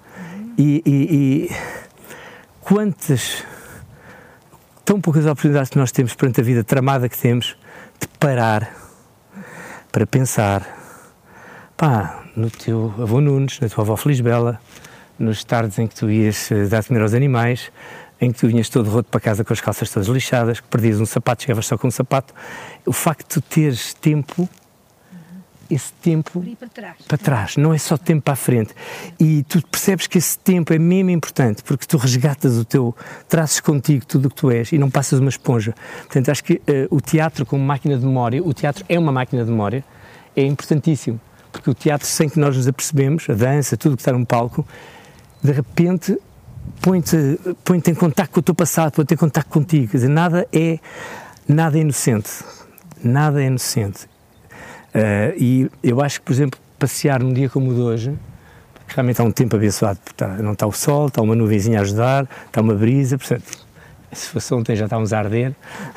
S1: E quantas, tão poucas oportunidades que nós temos perante a vida tramada que temos, de parar, para pensar, pá, no teu avô Nunes, na tua avó Felisbela, nos tardes em que tu ias dar de comer aos animais, em que tu vinhas todo roto para casa com as calças todas lixadas, que perdias um sapato, chegavas só com um sapato. O facto de tu teres tempo, esse tempo para trás, não é só tempo para a frente. E tu percebes que esse tempo é mesmo importante, porque tu resgatas trazes contigo tudo o que tu és e não passas uma esponja. Portanto, acho que o teatro como máquina de memória, o teatro é uma máquina de memória, é importantíssimo. Porque o teatro, sem que nós nos apercebemos, a dança, tudo o que está num palco, de repente põe-te em contacto com o teu passado, põe-te em contacto contigo. Quer dizer, nada é inocente. Nada é inocente. E eu acho que, por exemplo, passear num dia como o de hoje, que realmente há um tempo abençoado, não está o sol, está uma nuvenzinha a ajudar, está uma brisa, portanto, se fosse ontem já estávamos a arder.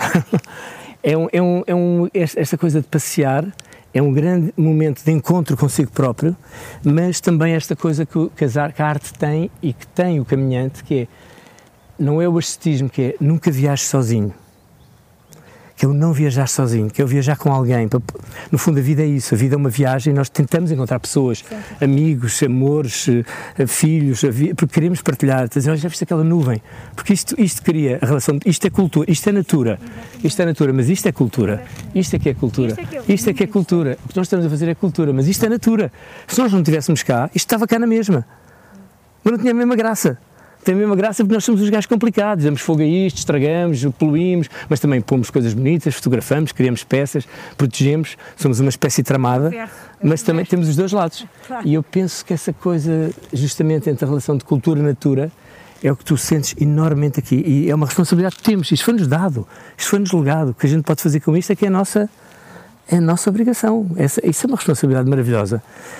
S1: Esta coisa de passear é um grande momento de encontro consigo próprio, mas também esta coisa que a arte tem e que tem o caminhante, que é, não é o ascetismo, que é nunca viajes sozinho. que é o não viajar sozinho, que é o viajar com alguém. No fundo, a vida é isso, a vida é uma viagem e nós tentamos encontrar pessoas, amigos, amores, filhos, porque queremos partilhar, dizer, já viste aquela nuvem? Porque isto cria a relação, isto é cultura, isto é natura, mas isto é cultura, isto é que é cultura, isto é que é cultura. O que nós estamos a fazer é cultura, mas isto é natura. Se nós não estivéssemos cá, isto estava cá na mesma, mas não tinha a mesma graça. Tem a mesma graça porque nós somos os gajos complicados, damos fogo a isto, estragamos, poluímos, mas também pomos coisas bonitas, fotografamos, criamos peças, protegemos, somos uma espécie tramada, mas também temos os dois lados. E eu penso que essa coisa, justamente entre a relação de cultura e natura, é o que tu sentes enormemente aqui, e é uma responsabilidade que temos, isto foi-nos dado, isto foi-nos legado, o que a gente pode fazer com isto é que é a nossa obrigação, isso é uma responsabilidade maravilhosa.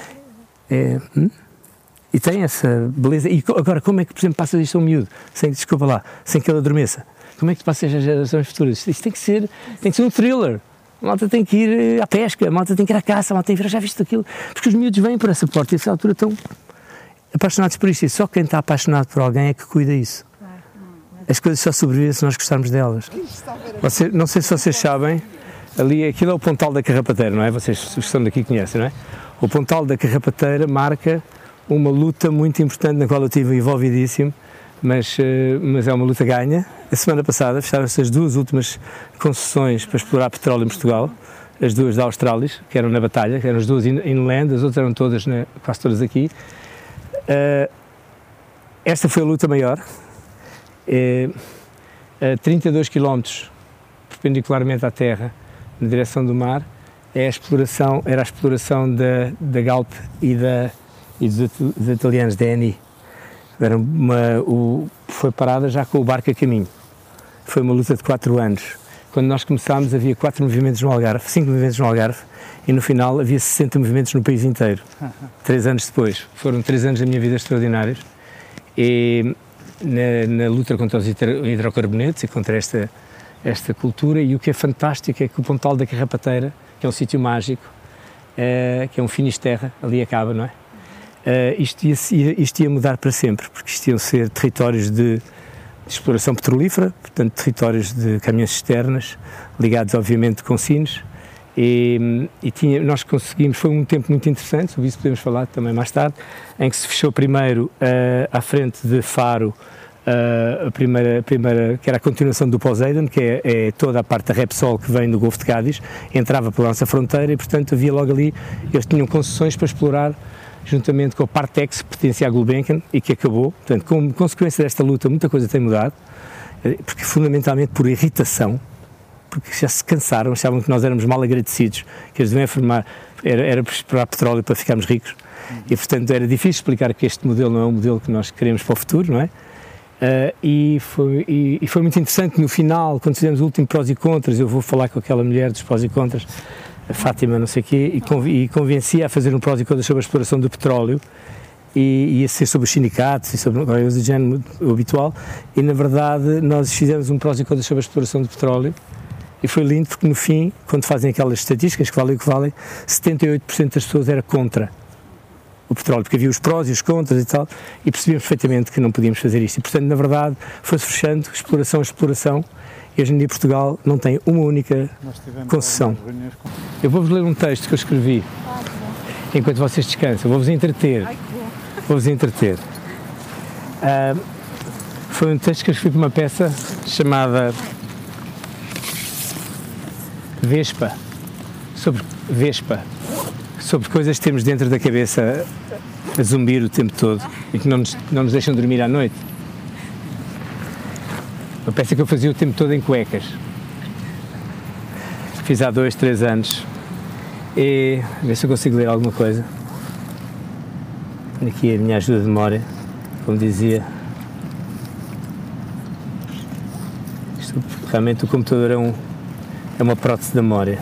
S1: E tem essa beleza. E agora, como é que, por exemplo, passas isto a um miúdo, sem que ele adormeça? Como é que tu passas às gerações futuras? Isto tem que ser um thriller. A malta tem que ir à pesca, a malta tem que ir à caça, a malta tem que ir, já viste aquilo? Porque os miúdos vêm por essa porta e a essa altura estão apaixonados por isto. E só quem está apaixonado por alguém é que cuida isso. As coisas só sobrevivem se nós gostarmos delas. Não sei se vocês sabem, ali aquilo é o Pontal da Carrapateira, não é? Vocês que estão daqui conhecem, não é? O Pontal da Carrapateira marca uma luta muito importante na qual eu estive envolvidíssimo, mas é uma luta ganha. A semana passada fecharam-se as duas últimas concessões para explorar petróleo em Portugal, as duas da Australis, que eram na Batalha, que eram as duas inland, as outras eram todas, quase todas aqui. Esta foi a luta maior, 32 km perpendicularmente à terra, na direção do mar, era a exploração da Galp e dos italianos, da Eni. Foi parada já com o barco a caminho. Foi uma luta de 4 anos. Quando nós começámos havia 5 movimentos no Algarve, e no final havia 60 movimentos no país inteiro. 3 anos depois. Foram 3 anos da minha vida extraordinários. E na luta contra os hidrocarbonetos e contra esta cultura, e o que é fantástico é que o Pontal da Carrapateira, que é um sítio mágico, que é um Finisterra, ali acaba, não é? Isto ia mudar para sempre, porque isto iam ser territórios de exploração petrolífera, portanto territórios de caminhões cisternas, ligados obviamente com sinos, e nós conseguimos, foi um tempo muito interessante, sobre isso podemos falar também mais tarde, em que se fechou primeiro à frente de Faro, a primeira, que era a continuação do Poseidon, que é toda a parte da Repsol que vem do Golfo de Cádiz, entrava pela nossa fronteira e portanto havia logo ali, eles tinham concessões para explorar juntamente com a Partex, que pertencia à Gulbenkian e que acabou. Portanto, como consequência desta luta, muita coisa tem mudado, porque fundamentalmente por irritação, porque já se cansaram, achavam que nós éramos mal agradecidos, que eles deviam afirmar, era para explorar petróleo para ficarmos ricos, e portanto era difícil explicar que este modelo não é um modelo que nós queremos para o futuro, não é? E foi muito interessante no final, quando fizemos o último prós e contras, eu vou falar com aquela mulher dos prós e contras, a Fátima, não sei o quê, e convenci-a a fazer um prós e contras sobre a exploração do petróleo, e ia ser sobre os sindicatos e sobre coisas do género habitual, e na verdade nós fizemos um prós e contras sobre a exploração do petróleo, e foi lindo porque no fim, quando fazem aquelas estatísticas que valem o que valem, 78% das pessoas era contra o petróleo, porque havia os prós e os contras e tal, e percebíamos perfeitamente que não podíamos fazer isto, e portanto na verdade foi-se fechando exploração a exploração, e hoje em dia Portugal não tem uma única concessão. Eu vou-vos ler um texto que eu escrevi enquanto vocês descansam, vou-vos entreter. Foi um texto que eu escrevi para uma peça chamada Vespa, sobre coisas que temos dentro da cabeça a zumbir o tempo todo e que não nos deixam dormir à noite. Uma peça que eu fazia o tempo todo em cuecas. Fiz há 2, 3 anos. E ver se eu consigo ler alguma coisa. Tenho aqui a minha ajuda de memória, como dizia. Realmente o computador é uma prótese da memória.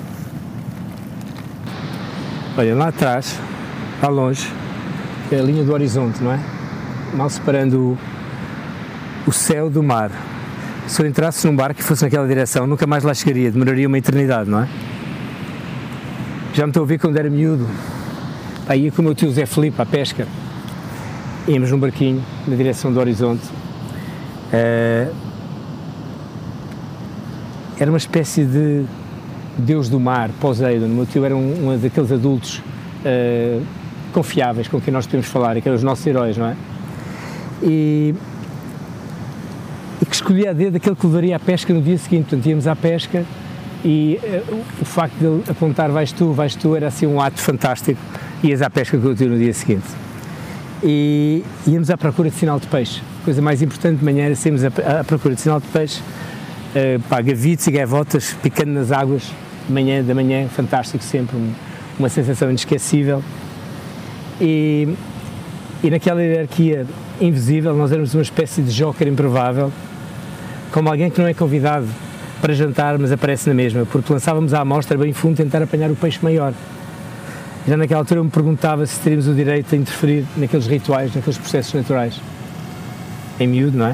S1: Olha, lá atrás, lá longe, é a linha do horizonte, não é? Mal separando o céu do mar. Se eu entrasse num barco e fosse naquela direção, nunca mais lá chegaria, demoraria uma eternidade, não é? Já me estou a ver quando era miúdo. Aí ia com o meu tio Zé Filipe à pesca. Íamos num barquinho na direção do horizonte. era uma espécie de deus do mar, Poseidon. O meu tio era um daqueles adultos confiáveis com quem nós podemos falar, que eram os nossos heróis, não é? E que escolhia a dedo aquele que levaria à pesca no dia seguinte. Portanto, íamos à pesca e o facto de ele apontar vais tu, era assim um ato fantástico. Ias à pesca com o tio no dia seguinte. E íamos à procura de sinal de peixe. A coisa mais importante de manhã era sermos à procura de sinal de peixe, gavitos e gaivotas picando nas águas da manhã, fantástico sempre, uma sensação inesquecível. E naquela hierarquia invisível nós éramos uma espécie de joker improvável, como alguém que não é convidado para jantar, mas aparece na mesma, porque lançávamos à amostra bem fundo tentar apanhar o peixe maior. Já naquela altura eu me perguntava se teríamos o direito a interferir naqueles rituais, naqueles processos naturais. Em miúdo, não é?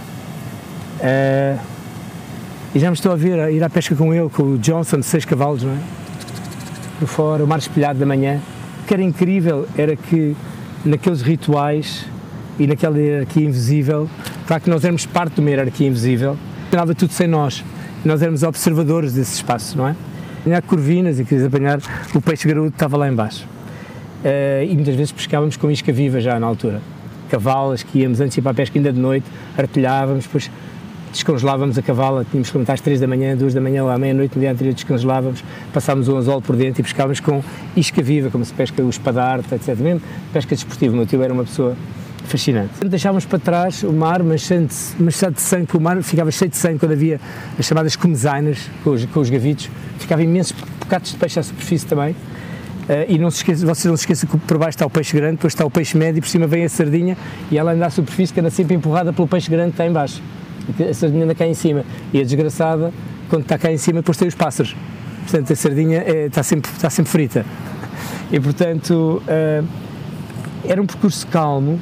S1: E já me estou a ver a ir à pesca com ele, com o Johnson de 6 cavalos, não é? Por fora, o mar espelhado da manhã. O que era incrível era que naqueles rituais e naquela hierarquia invisível, claro que nós éramos parte de uma hierarquia invisível, funcionava tudo sem nós. Nós éramos observadores desse espaço, não é? Apanhar corvinas e querias apanhar o peixe graúdo que estava lá em baixo. E muitas vezes pescávamos com isca viva já na altura. Cavalas que íamos antes de ir para a pesca ainda de noite, artilhávamos, depois descongelávamos a cavala, tínhamos que levantar às 3 da manhã, 2 da manhã ou à meia-noite, no dia anterior descongelávamos, passávamos o anzol por dentro e pescávamos com isca viva, como se pesca o espadarte, etc. Mesmo pesca desportiva, o meu tio era uma pessoa fascinante. Deixávamos para trás o mar, manchado de sangue, porque o mar ficava cheio de sangue quando havia as chamadas comezainas com os gavitos, ficava imensos bocados de peixe à superfície também. E vocês não se esqueçam que por baixo está o peixe grande, depois está o peixe médio e por cima vem a sardinha e ela anda à superfície que anda sempre empurrada pelo peixe grande que está em baixo. A sardinha anda cá em cima e a desgraçada, quando está cá em cima, depois tem os pássaros. Portanto, a sardinha está sempre frita. E, portanto, era um percurso calmo,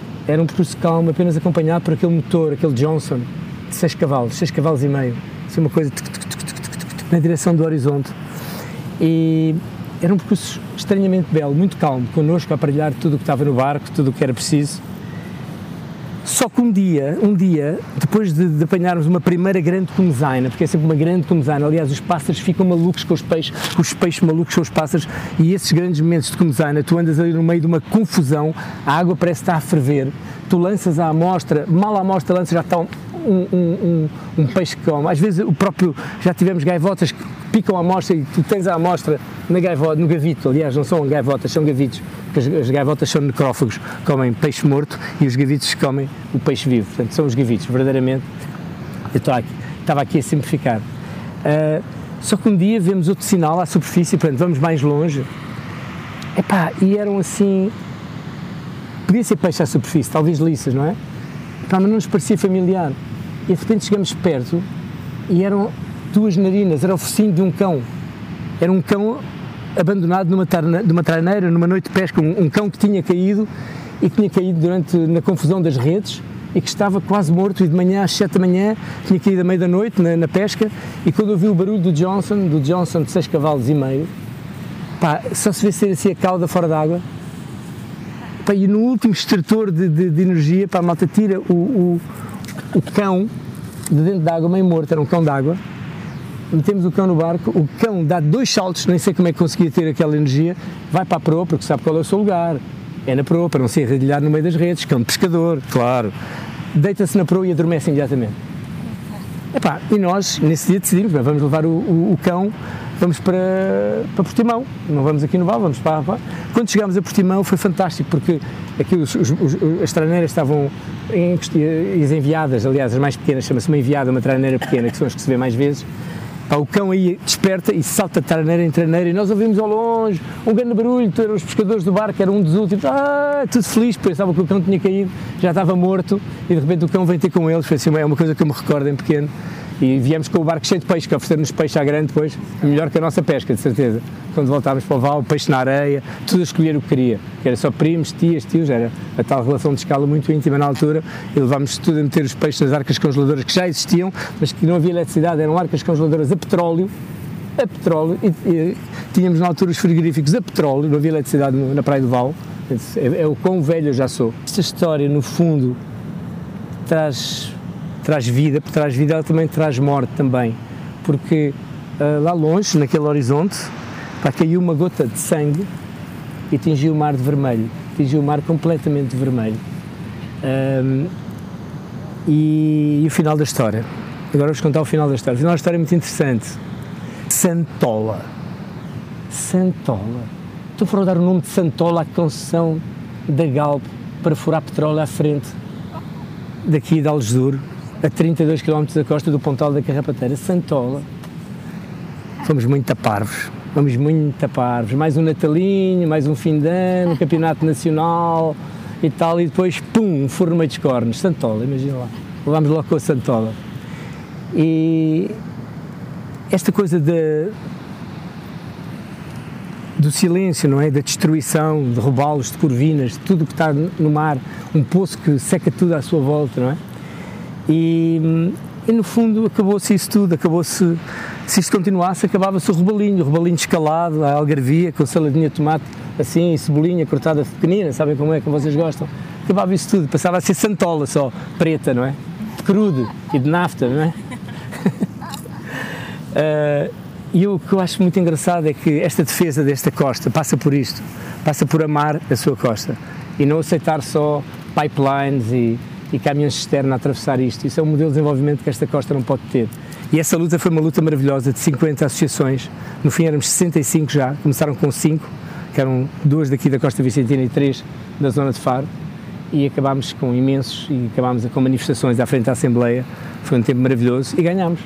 S1: apenas acompanhado por aquele motor, aquele Johnson, de 6 cavalos e meio. Assim, uma coisa na direção do horizonte. E era um percurso estranhamente belo, muito calmo, connosco a aparelhar tudo o que estava no barco, tudo o que era preciso. Só que um dia, depois de apanharmos uma primeira grande comezaina, porque é sempre uma grande comezaina, aliás, os pássaros ficam malucos com os peixes malucos com os pássaros, e esses grandes momentos de comezaina, tu andas ali no meio de uma confusão, a água parece estar a ferver, tu lanças a amostra, mal a amostra lanças, já está um peixe que come. Às vezes já tivemos gaivotas que picam a amostra e tu tens a amostra no gavito, aliás, não são gaivotas, são gavitos, porque as gaivotas são necrófagos, comem peixe morto e os gavitos comem o peixe vivo, portanto são os gavitos, verdadeiramente. Eu estava aqui a simplificar. Só que um dia vemos outro sinal à superfície, portanto vamos mais longe, e eram assim, podia ser peixe à superfície, talvez liças, não é? Mas não nos parecia familiar. E de repente chegamos perto e eram 2 narinas, era o focinho de um cão. Era um cão abandonado numa traineira, numa noite de pesca, um cão que tinha caído na confusão das redes e que estava quase morto, e de manhã às 7 da manhã tinha caído à meia da noite na pesca, e quando ouvi o barulho do Johnson de 6 cavalos e meio, só se vê ser assim a cauda fora d'água. E no último extrator de energia, a malta tira o cão de dentro da água, meio morto, era um cão d'água, metemos o cão no barco, o cão dá 2 saltos, nem sei como é que conseguia ter aquela energia, vai para a proa, porque sabe qual é o seu lugar, é na proa, para não ser enredilhado no meio das redes, cão de pescador, claro, deita-se na proa e adormece imediatamente. E nós, nesse dia, decidimos, vamos levar o cão, vamos para Portimão, não vamos aqui no Val, vamos para. Quando chegámos a Portimão foi fantástico, porque aqui as traineiras estavam enviadas, aliás, as mais pequenas, chama-se uma enviada, uma traineira pequena, que são as que se vê mais vezes. O cão aí desperta e salta de traineira em traineira, e nós ouvimos ao longe um grande barulho, eram os pescadores do barco, era um dos últimos, tudo feliz, pensava que o cão tinha caído, já estava morto, e de repente o cão vem ter com eles. Foi assim, é uma coisa que eu me recordo em pequeno. E viemos com o barco cheio de peixe, que ofereceram-nos peixe à grande depois, melhor que a nossa pesca, de certeza. Quando voltámos para o Val, peixe na areia, tudo a escolher o que queria, que era só primos, tios, era a tal relação de escala muito íntima na altura, e levámos tudo a meter os peixes nas arcas congeladoras que já existiam, mas que não havia eletricidade, eram arcas congeladoras a petróleo, e tínhamos na altura os frigoríficos a petróleo, não havia eletricidade na Praia do Val, é o quão velho eu já sou. Esta história, no fundo, traz vida, ela também traz morte também, porque lá longe, naquele horizonte, caiu uma gota de sangue e tingiu o mar de vermelho, tingiu o mar completamente vermelho. E o final da história. Agora vou-vos contar o final da história. O final da história é muito interessante. Santola. Estou a dar o nome de Santola à concessão da Galp para furar petróleo à frente daqui de Algesur, a 32 km da costa do Pontal da Carrapateira. Santola. Fomos muito parvos. Mais um Natalinho, mais um fim de ano, campeonato nacional e tal, e depois, pum, um furo no meio dos cornos. Santola, imagina lá. Levámos logo com a Santola. E esta coisa do silêncio, não é? Da destruição, de robalos, de corvinas, de tudo o que está no mar, um poço que seca tudo à sua volta, não é? E no fundo acabou-se isso tudo, se isto continuasse, acabava-se o robalinho escalado, a algarvia, com saladinha de tomate, assim, e cebolinha cortada pequenina, sabem como é, como vocês gostam? Acabava isso tudo, passava a ser Santola só, preta, não é? De crude e de nafta, não é? E o que eu acho muito engraçado é que esta defesa desta costa passa por isto, passa por amar a sua costa e não aceitar só pipelines e caminhões externos a atravessar isto. Isso é um modelo de desenvolvimento que esta costa não pode ter. E essa luta foi uma luta maravilhosa de 50 associações, no fim éramos 65 já, começaram com 5, que eram 2 daqui da Costa Vicentina e 3 da zona de Faro, e acabámos com imensos, e acabámos com manifestações à frente da Assembleia, foi um tempo maravilhoso, e ganhámos.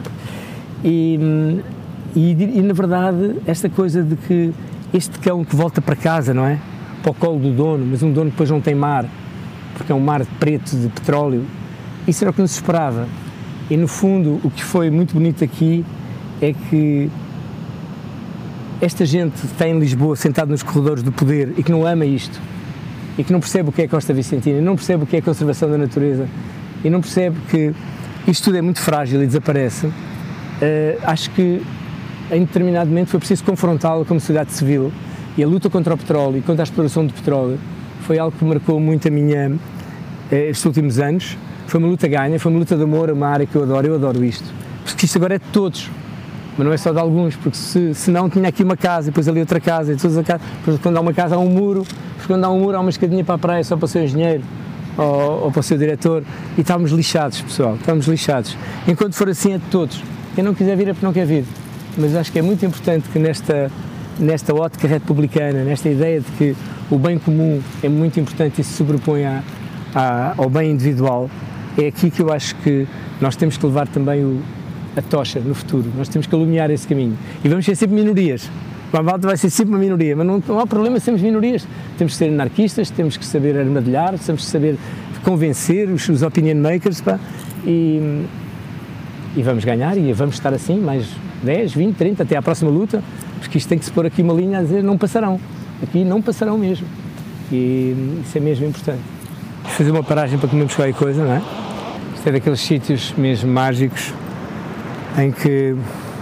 S1: E na verdade, esta coisa de que este cão que volta para casa, não é? Para o colo do dono, mas um dono depois não tem mar, porque é um mar preto de petróleo, isso era o que nos esperava. E no fundo, o que foi muito bonito aqui é que esta gente que está em Lisboa, sentado nos corredores do poder e que não ama isto, e que não percebe o que é a Costa Vicentina, não percebe o que é a conservação da natureza, e não percebe que isto tudo é muito frágil e desaparece, acho que em determinado momento foi preciso confrontá-lo como sociedade civil, e a luta contra o petróleo e contra a exploração de petróleo foi algo que marcou muito estes últimos anos. Foi uma luta ganha, foi uma luta de amor a uma área que eu adoro isto, porque isto agora é de todos, mas não é só de alguns, porque se não tinha aqui uma casa, e depois ali outra casa, e todas as casas, depois quando há uma casa há um muro, depois quando há um muro há uma escadinha para a praia só para o seu engenheiro ou para o seu diretor, e estávamos lixados, pessoal, estávamos lixados. Enquanto for assim é de todos, quem não quiser vir é porque não quer vir, mas acho que é muito importante que nesta ótica republicana, nesta ideia de que o bem comum é muito importante e se sobrepõe ao bem individual, é aqui que eu acho que nós temos que levar também a tocha no futuro, nós temos que alumiar esse caminho. E vamos ser sempre minorias, a Malta vai ser sempre uma minoria, mas não há problema sermos minorias. Temos que ser anarquistas, temos que saber armadilhar, temos que saber convencer os opinion makers, e vamos ganhar, e vamos estar assim mais 10, 20, 30, até à próxima luta, porque isto tem que se pôr aqui uma linha a dizer não passarão, aqui não passarão mesmo, e isso é mesmo importante. Vou fazer uma paragem para comermos qualquer coisa, não é? Isto é daqueles sítios mesmo mágicos em que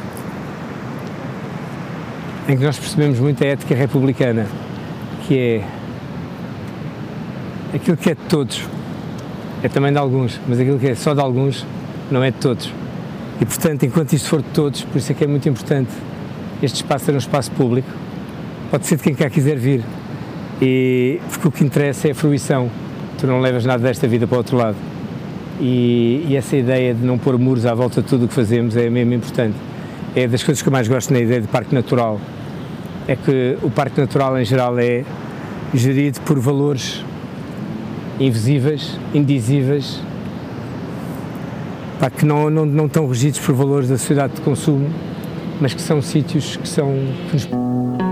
S1: nós percebemos muito a ética republicana, que é aquilo que é de todos, é também de alguns, mas aquilo que é só de alguns não é de todos. E portanto, enquanto isto for de todos, por isso é que é muito importante este espaço ser um espaço público, pode ser de quem cá quiser vir, porque o que interessa é a fruição, tu não levas nada desta vida para o outro lado. E essa ideia de não pôr muros à volta de tudo o que fazemos é mesmo importante. É das coisas que eu mais gosto na ideia de parque natural, é que o parque natural em geral é gerido por valores invisíveis, indizíveis, que não estão regidos por valores da sociedade de consumo, mas que são sítios que nos